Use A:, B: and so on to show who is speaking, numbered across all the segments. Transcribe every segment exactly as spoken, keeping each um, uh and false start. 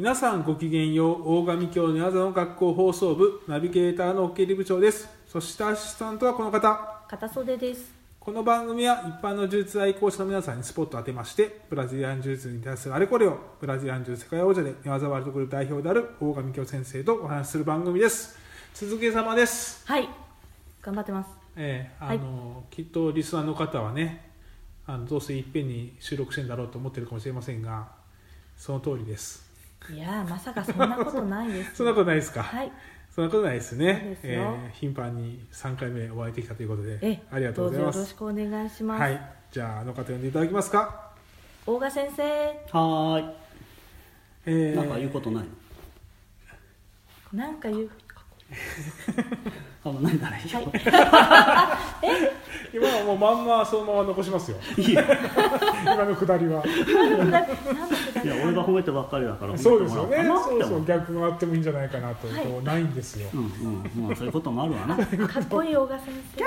A: 皆さんごきげんよう。大神教寝技の学校放送部ナビゲーターの奥入部長です。そしてアシスタントはこの方、
B: 片袖です。
A: この番組は一般の柔術愛好者の皆さんにスポットを当てまして、ブラジリアン柔術に対するあれこれをブラジリアン柔術世界王者で寝技ワールドグループ代表である大神教先生とお話しする番組です。続け様です。
B: はい、頑張ってます。
A: えーあのはい、きっとリスナーの方はね、あのどうせいっぺんに収録してんだろうと思ってるかもしれませんが、その通りです。
B: いやまさかそんなことないです
A: そんなことないですか。
B: はい、
A: そんなことないですね。
B: そうですよ。
A: えー、頻繁にさんかいめお会いできたということで、
B: え
A: ありがとうございます。
B: どうぞよろしくお願いします。
A: はい、じゃああの方呼んでいただけますか。
B: 大賀先生。
C: はーい、
A: えー、
C: なんか言うことないの？
B: なんか言う
C: あんまないならいいよ、
B: はい、え
A: 今はもうまんまそのまま残しますよ。今のくだりは。
C: いや、俺が褒めてばっかりだから
A: そうですよね。
C: 褒めてもらおうかなって思う。
A: そうそう、逆があってもいいんじゃないかなと、はい、こうないんですよ。
C: うんうん、まあそういうこともあるわな。
B: かっこいい大賀先生。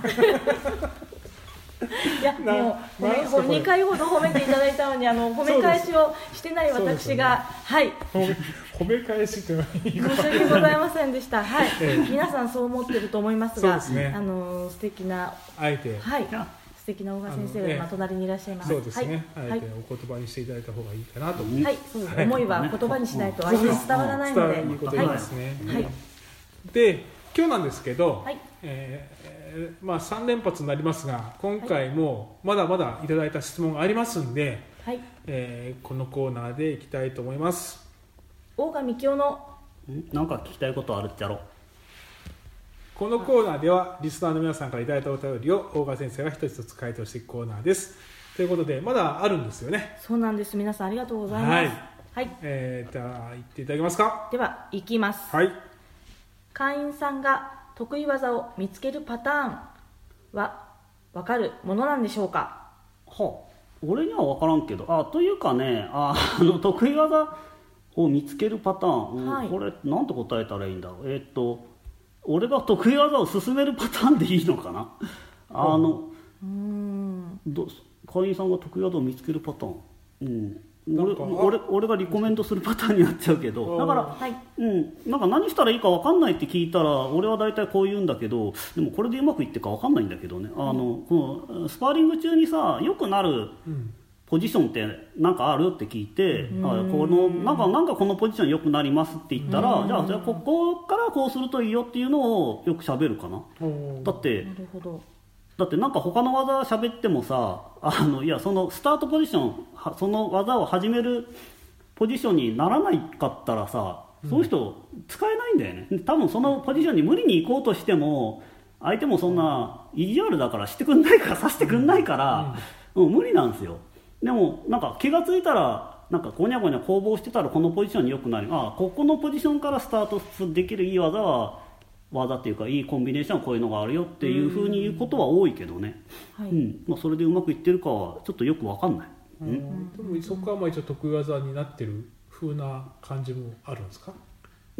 B: いやもう褒めにかいほど褒めていただいたのに、あの褒め返しをしてない私が、ね、はい
A: 褒め返しってのはいい
B: 申し訳ございませんでした。はい、ええ、皆さんそう思ってると思いますが、
A: そうですね、
B: あの素敵な
A: あえて、
B: はい、素敵な大賀先生が今隣にいらっしゃいます。
A: そうですね、
B: はい、
A: あえてお言葉にしていただいた方がいいかなと思います。
B: はい、そうです、はい、思いは言葉にしないと相手に伝わらないので、
A: 伝わることですね。はいはい、で今日なんですけど、はい、えーまあ、さん連発になりますが、今回もまだまだいただいた質問がありますんで、はい、えー、このコーナーでいきたいと思います。
B: 大賀幹雄の
C: なんか聞きたいことあるっちゃろ。
A: このコーナーではリスナーの皆さんからいただいたお便りを大賀先生が一つ一つ回答していくコーナーです。ということでまだあるんですよね。
B: そうなんです。皆さんありがとうございます。はい、はい、えー、
A: じゃあ言っていただけますか。
B: では行きます。はい、会員さんが得意技を見つけるパターンは分かるものなんでしょうか。
C: はあ、俺には分からんけど、あというかね、ああの得意技を見つけるパターン、はい、これなんて答えたらいいんだろう。えー、っと俺が得意技を進めるパターンでいいのかな。あのうーんど会員さんが得意技を見つけるパターン、うん、俺, 俺, 俺がリコメントするパターンになっちゃうけど、だから、はい、うん、なんか何したらいいか分かんないって聞いたら俺は大体こう言うんだけど、でもこれでうまくいってるか分かんないんだけどね、あの、うん、このスパーリング中にさ良くなるポジションって何かあるって聞いて、うん、あこのなんかなんかこのポジション良くなりますって言ったら、うん、じゃあじゃあここからこうするといいよっていうのをよく喋るかな。だってなるほど。だってなんか他の技喋ってもさ、あのいやそのスタートポジション、その技を始めるポジションにならないかったらさ、そういう人使えないんだよね。多分そのポジションに無理に行こうとしても相手もそんな意地悪だからしてくんないからさしてくんないから、うんうん、無理なんですよ。でもなんか気がついたらなんかゴニャゴニャ攻防してたらこのポジションによくなる、あここのポジションからスタートできるいい技は技っていうかいいコンビネーションはこういうのがあるよっていうふうに言うことは多いけどね、はい、うんまあ、それでうまくいってるかはちょっとよく分かんない、
A: うん、でもそこはまあ一応得意技になってる風な感じもあるんですか。
C: うん、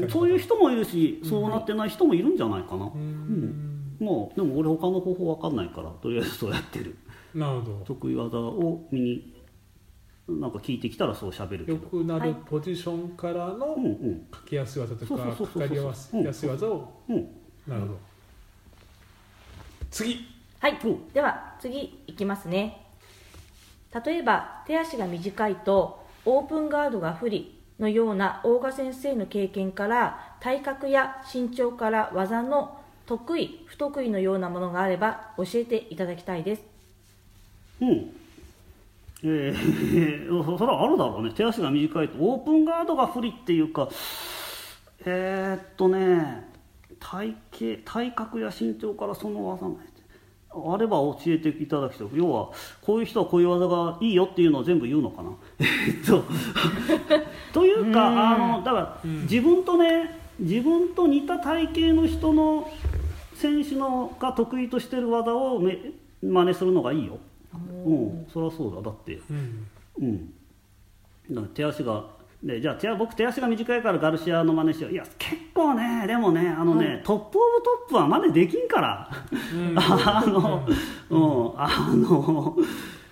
C: そういう人もいるし、そうなってない人もいるんじゃないかな、うんうん、もうでも俺他の方法分かんないからとりあえずそうやってる。
A: なるほど。
C: 得意技を見になんか聞いてきたらそう喋るけど、
A: よくなるポジションからのかけやすい技とかかかりやすい技を、うんうん、なるほど。次、
B: はい、うん、では次いきますね。例えば手足が短いとオープンガードが不利のような大賀先生の経験から、体格や身長から技の得意不得意のようなものがあれば教えていただきたいです。
C: うん、えー、それはあるだろうね。手足が短いとオープンガードが不利っていうか、えー、っとね体型体格や身長からその技があれば教えていただきたい。要はこういう人はこういう技がいいよっていうのを全部言うのかなえっとというかあのだから自分とね自分と似た体型の人の選手のが得意としてる技をめ真似するのがいいよ。うん、そりゃそうだ。だって、うんうん、だから手足がでじゃあ手僕手足が短いからガルシアの真似しよう。いや結構ねでもねあのね、はい、トップオブトップは真似できんから、うん、あの、うん、あの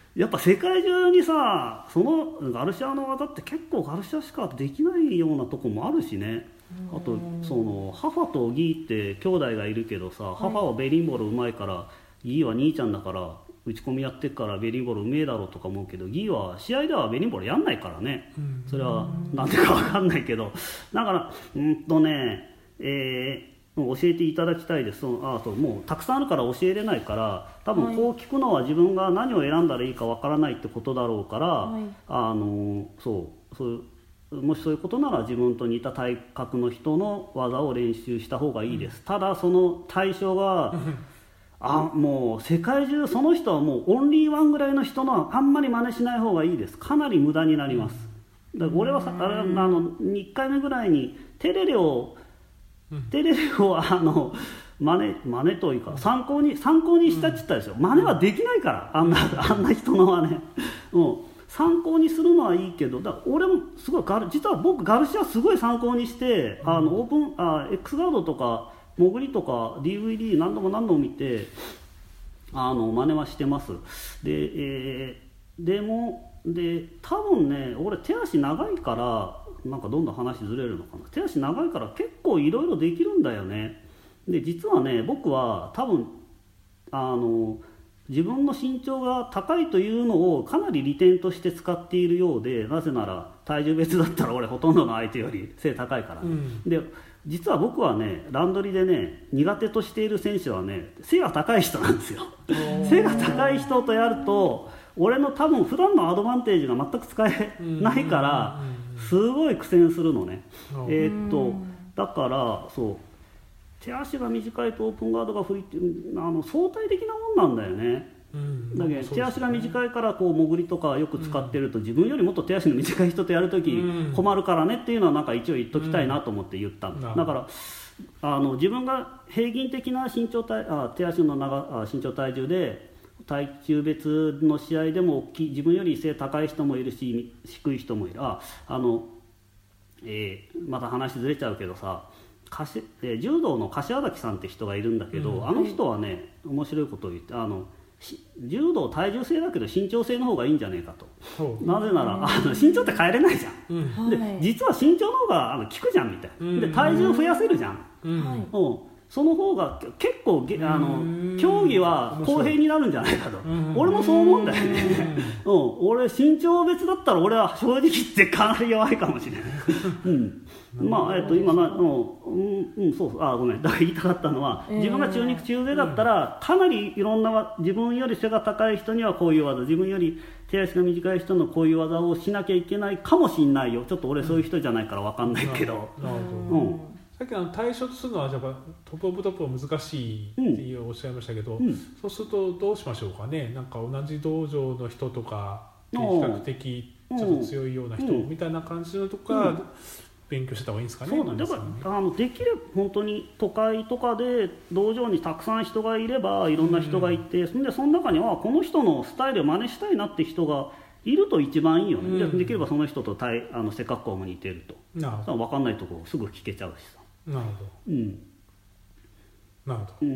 C: やっぱ世界中にさそのガルシアの技って結構ガルシアしかできないようなとこもあるしね。あとその母とギーって兄弟がいるけどさ、母はベリンボールうまいからギーは兄ちゃんだから打ち込みやってっからベリンボールうめえだろうとか思うけど、ギーは試合ではベリンボールやんないからね。それはなんでか分かんないけど、だからうんとねえー、教えていただきたいです。そのあそうもうたくさんあるから教えれないから、多分こう聞くのは自分が何を選んだらいいか分からないってことだろうから、はい、あのそうそういうもしそういうことなら自分と似た体格の人の技を練習した方がいいです、うん、ただその対象があもう世界中その人はもうオンリーワンぐらいの人のあんまり真似しない方がいいです。かなり無駄になります。だから俺はさあれあのいっかいめぐらいにテレレを、うん、テレレをあの真似真似というか参考に参考にしたって言ったでしょ、うん、真似はできないからあんなあんな人の真似もう参考にするのはいいけど、だ俺もすごいガル実は僕ガルシアすごい参考にして、うん、あのオープンあ X ガードとか潜りとか ディーブイディー 何度も何度も見てあの真似はしてます。で、えー、でもで多分ね俺手足長いからなんかどんどん話ずれるのかな。手足長いから結構いろいろできるんだよね。で実はね僕は多分あの自分の身長が高いというのをかなり利点として使っているようで、なぜなら体重別だったら俺ほとんどの相手より背高いから、うん、で実は僕はねランドリでね苦手としている選手はね背が高い人なんですよ。背が高い人とやると俺の多分普段のアドバンテージが全く使えないからすごい苦戦するのね。えー、っとだからそう手足が短いとオープンガードが不利ってあの相対的なもんなんだよね。うん、だけど、ね、手足が短いからこう潜りとかよく使ってると、うん、自分よりもっと手足の短い人とやるとき困るからねっていうのはなんか一応言っときたいなと思って言った、うん、だからあの自分が平均的な身長体あ手足の長あ身長体重で体重別の試合でも大きい自分より背高い人もいるし低い人もいる。ああの、えー、また話ずれちゃうけどさかしえー、柔道の柏崎さんって人がいるんだけど、うん、あの人はね面白いことを言ってあの柔道体重性だけど身長性の方がいいんじゃねえかと。なぜならあの身長って変えれないじゃん、うん、で実は身長の方があの効くじゃんみたいな、うん、で体重増やせるじゃん、うんうん、その方が結構あの競技は公平になるんじゃないかと俺もそう思うんだよね、うん、俺身長別だったら俺は正直言ってかなり弱いかもしれない、うんまあえっと今なのうんうんそうそうあごめんだから言いたかったのは、えー、自分が中肉中背だったら、うん、かなりいろんな自分より背が高い人にはこういう技自分より手足が短い人のこういう技をしなきゃいけないかもしんないよ。ちょっと俺そういう人じゃないから分かんないけど、
A: うん、なるほど、うん、さっきの対処するのはやっぱトップオブトップは難しいっておっしゃいましたけど、うん、そうするとどうしましょうかね。なんか同じ道場の人とか比較的ちょっと強いような人みたいな感じのとか、うん勉強した方がいいんですかね。
C: そうなんだからあのできれば本当に都会とかで道場にたくさん人がいればいろんな人がいて、うん、でその中にはこの人のスタイルを真似したいなって人がいると一番いいよね、うん、で, できればその人と対あの背格好も似てると分かんないところすぐ聞けちゃうしさ。
A: なるほど、
C: うん、
A: なるほど、
C: うん、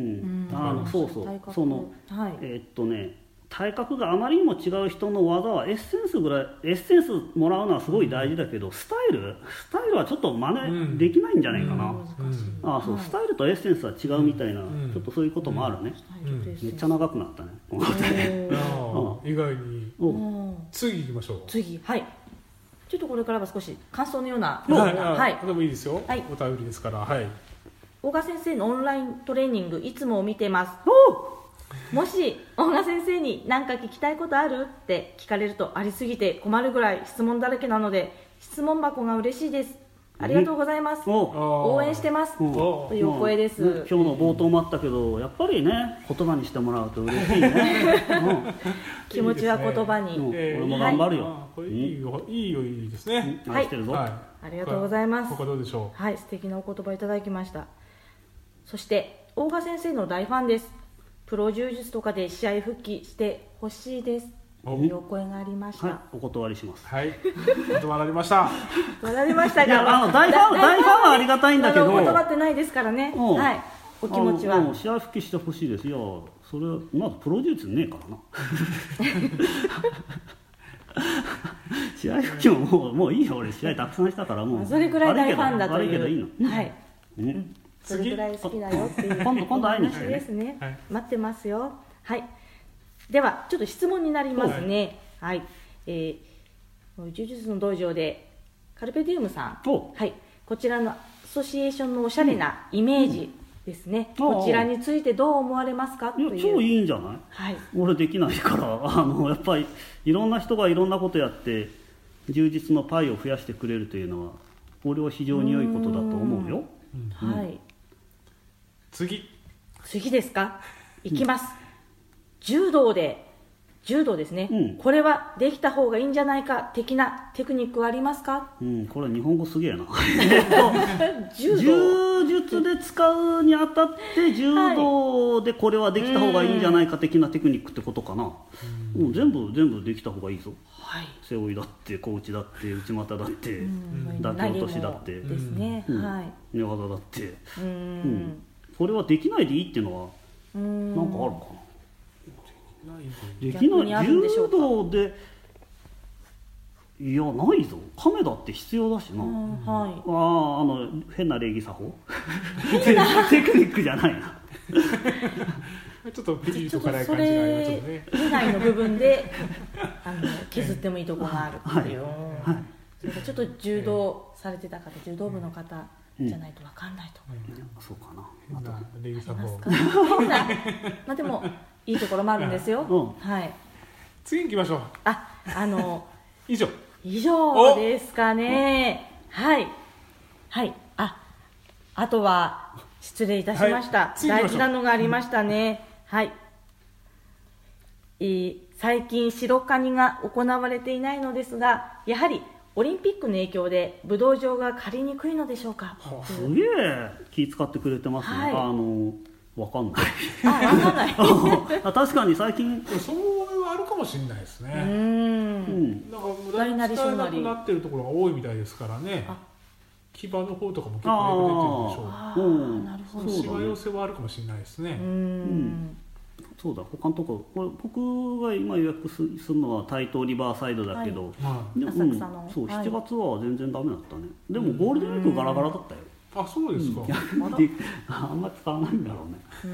C: あのそうそうその、はい、えー、っとね体格があまりにも違う人の技はエッセンスぐらいエッセンスもらうのはすごい大事だけど、スタイルスタイルはちょっと真似できないんじゃないかな、うんうん、あそう、はい、スタイルとエッセンスは違うみたいな、うん、ちょっとそういうこともあるね、うんうん、めっちゃ長くなったね、うん、
A: 意外に次行きましょう。
B: 次はいちょっとこれからは少し感想のような、
A: はいはい、でもいいですよ、はい、お便りですから、はい、
B: 大賀先生のオンライントレーニングいつも見てます。もし大賀先生に何か聞きたいことあるって聞かれるとありすぎて困るぐらい質問だらけなので質問箱が嬉しいです。ありがとうございます。応援してますというお声です。
C: 今日の冒頭もあったけどやっぱりね言葉にしてもらうと嬉しいね、うん、
B: 気持ちは言葉に、うん
C: えー、俺も頑張るよ、
A: はい、これいいよ、うん、いいよいいですね、
C: うん、愛してるぞ、はい、
B: ありがとうございます。
A: 他どうでしょ
B: う。はい、素敵なお言葉いただきました。そして大賀先生の大ファンです。プロ柔術とかで試合復帰してほしいですというお声がありました。
C: はい、お断りします。
A: はい、お断りました
B: 断りましたが、
C: いやあの大ファン大ファンはありがたいんだけど、
B: 断ってないですからね。はい、お気持ちは
C: 試合復帰してほしいですよ。 それはまずプロデュースねえからな試合復帰ももうもういいよ、俺試合たくさんしたからもう
B: それくらい大ファンだという、
C: 悪いけどいいの、
B: はい、うん、それくらい好きだよっていう
C: 今度今度会いに来てね
B: ですね、
A: はい、
B: 待ってますよ。はい、ではちょっと質問になりますね。はい、はい、えー、呪術の道場でカルペディウムさん、はい、こちらのアソシエーションのおしゃれなイメージですね、うん、こちらについてどう思われますかという。
C: いや超いいんじゃない、はい、俺できないからあのやっぱりいろんな人がいろんなことやって充実のパイを増やしてくれるというのは俺は非常に良いことだと思うよ。
B: うん、はい、
A: 次
B: 次ですか、いきます、うん、柔道で柔道ですね、うん、これはできた方がいいんじゃないか的なテクニックはありますか。
C: うん、これ日本語すげえな柔術で使うにあたって柔道でこれはできた方がいいんじゃないか的なテクニックってことかな。うん、全部全部できた方がいいぞ、はい、背負いだって小内だって内股だって抱き落としだって
B: ですね、うん、はい、
C: 寝技だって、うん、うん、これはできないでいいっていうのはなんかあるかな。できない、柔道でいやないぞ、亀だって必要だしな、うん、はい、ああの変な礼儀作法テクニックじゃないな
A: ちょっとピリッと辛い感じがありますよね。
B: 以外の部分であの削ってもいいところがあるっていう、はいはい、それからちょっと柔道されてた方、柔道部の方じゃないと分かんないと思います、
C: うん、そうかな、
A: 変な礼儀作法
B: 変なまあでもいいところもあるんですよ、うん、はい、
A: 次行きましょう。
B: あ、あの
A: 以上
B: 以上ですかね。はいはい、あ、あとは失礼いたしました、はい、大事なのがありましたね。はい、えー、最近白カニが行われていないのですが、やはりオリンピックの影響で武道場が借りにくいのでしょうか。
C: すげえ気使ってくれてますね、はい、あのわかんない
B: あ、わかんない
C: 確かに最近
A: そういうあるかもしれないですね。うん、なんか無駄に使えなくなってるところが多いみたいですからね。牙の方とかも結構よく出てるでしょう。あ、なるほど、しわ寄せはあるかもしれないですね。うん、うん、
C: そうだ、他のところ、僕が今予約するのは台東リバーサイドだけど、はい、でも、うん、そう、しちがつは全然ダメだったね。でもゴールデンウィークガラガラだったよ。
A: あ、そうですか。
C: うん、あんまり使わないんだろうね。うん、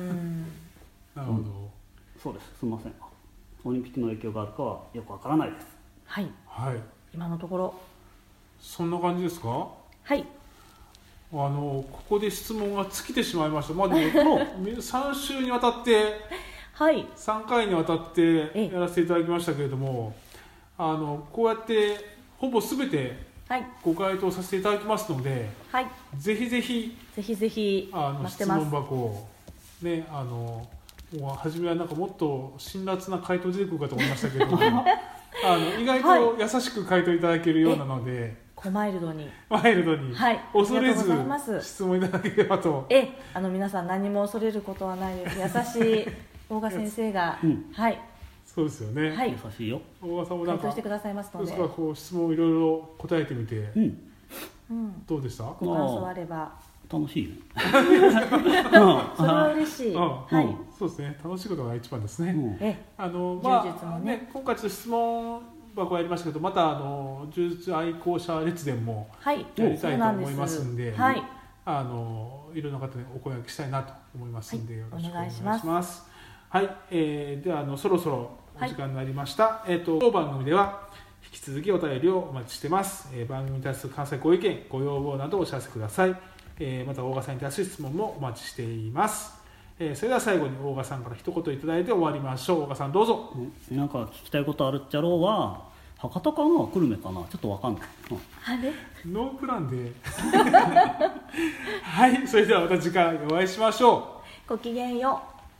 A: なるほど、うん、
C: そうです、すみません、オリンピックの影響があるかはよくわからないです。
B: はい、
A: はい、
B: 今のところ
A: そんな感じですか。
B: はい、
A: あのここで質問が尽きてしまいました。まあ、でもさん週にわたって
B: はい、
A: さんかいにわたってやらせていただきましたけれども、あのこうやってほぼ全てご回答させていただきますので、はい、ぜひぜひ
B: ぜひぜひ
A: あの質問箱をね、あのもう初めはなんかもっと辛辣な回答出てくるかと思いましたけどあの意外と優しく回答いただけるようなので、
B: はい、マイルドに
A: マイルドに、
B: はい、
A: 恐れず質問いただければと。
B: えあの皆さん何も恐れることはないです。優しい大賀先生が、うん、はい、
A: そうですよね、
B: はい、
C: 優しいよ。
A: 大賀さんもなんか
B: 回答してくださいますので、
A: そうですか、こう質問をいろいろ答えてみて、うん、どうでした？
B: ご感想あれば。
C: 楽しいね
B: それは嬉しい、
A: うん、はい、そうですね、楽しいことが一番ですね、うん、えあの、まあねね、今回ちょっと質問箱やりましたけど、またあの柔術愛好者列伝もやりたいと思いますんで、はい、あのいろんな方にお声掛けしたいなと思いますんで、はい、よろしくお願いします。はい、はい、えー、ではあのそろそろお時間になりました。はい、えっと当番組では引き続きお便りをお待ちしてます。えー、番組に対する関西ご意見、ご要望などお知らせください。えー、また大賀さんに対する質問もお待ちしています。えー、それでは最後に大賀さんから一言いただいて終わりましょう。大賀さんどうぞ。
C: なんか聞きたいことあるっちゃろうは博多かな久留米かな、ちょっとわかんない、うん、
B: あれ
A: ノープランではい、それではまた次回お会いしましょ
B: う。ごきげんよう。